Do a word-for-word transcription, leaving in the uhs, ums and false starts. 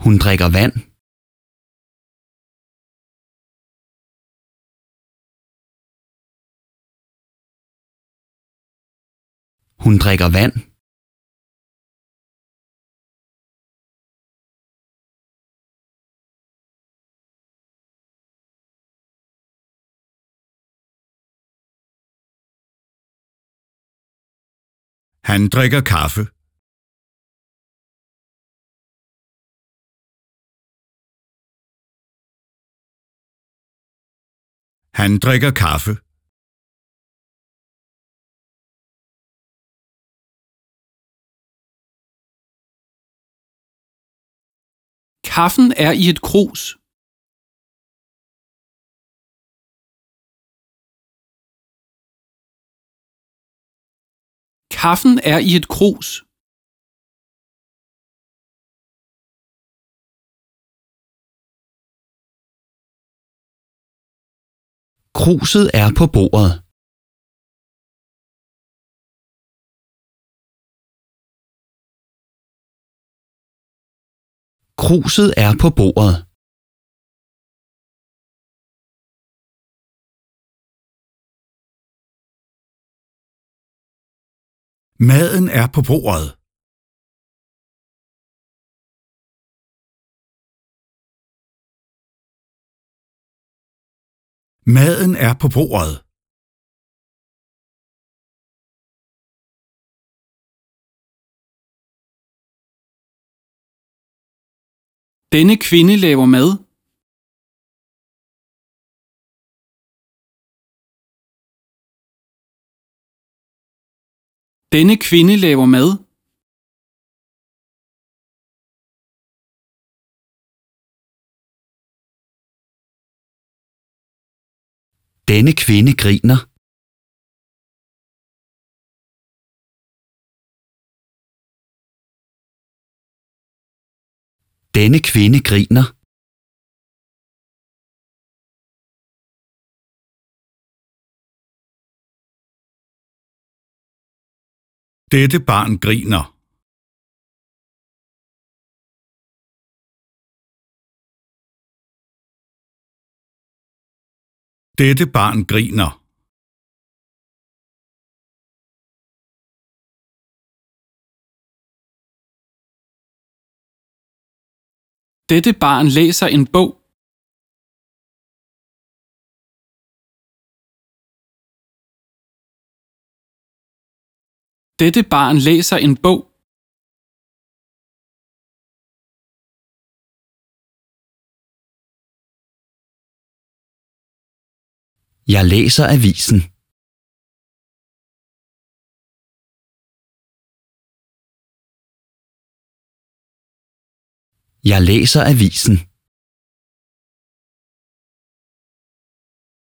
Hun drikker vand. Hun drikker vand. Han drikker kaffe. Han drikker kaffe. Kaffen er i et krus. Kaffen er i et krus. Kruset er på bordet. Kruset er på bordet. Maden er på bordet. Maden er på bordet. Denne kvinde laver mad. Denne kvinde laver mad. Denne kvinde griner. Denne kvinde griner. Dette barn griner. Dette barn griner. Dette barn læser en bog. Dette barn læser en bog. Jeg læser avisen. Jeg læser avisen.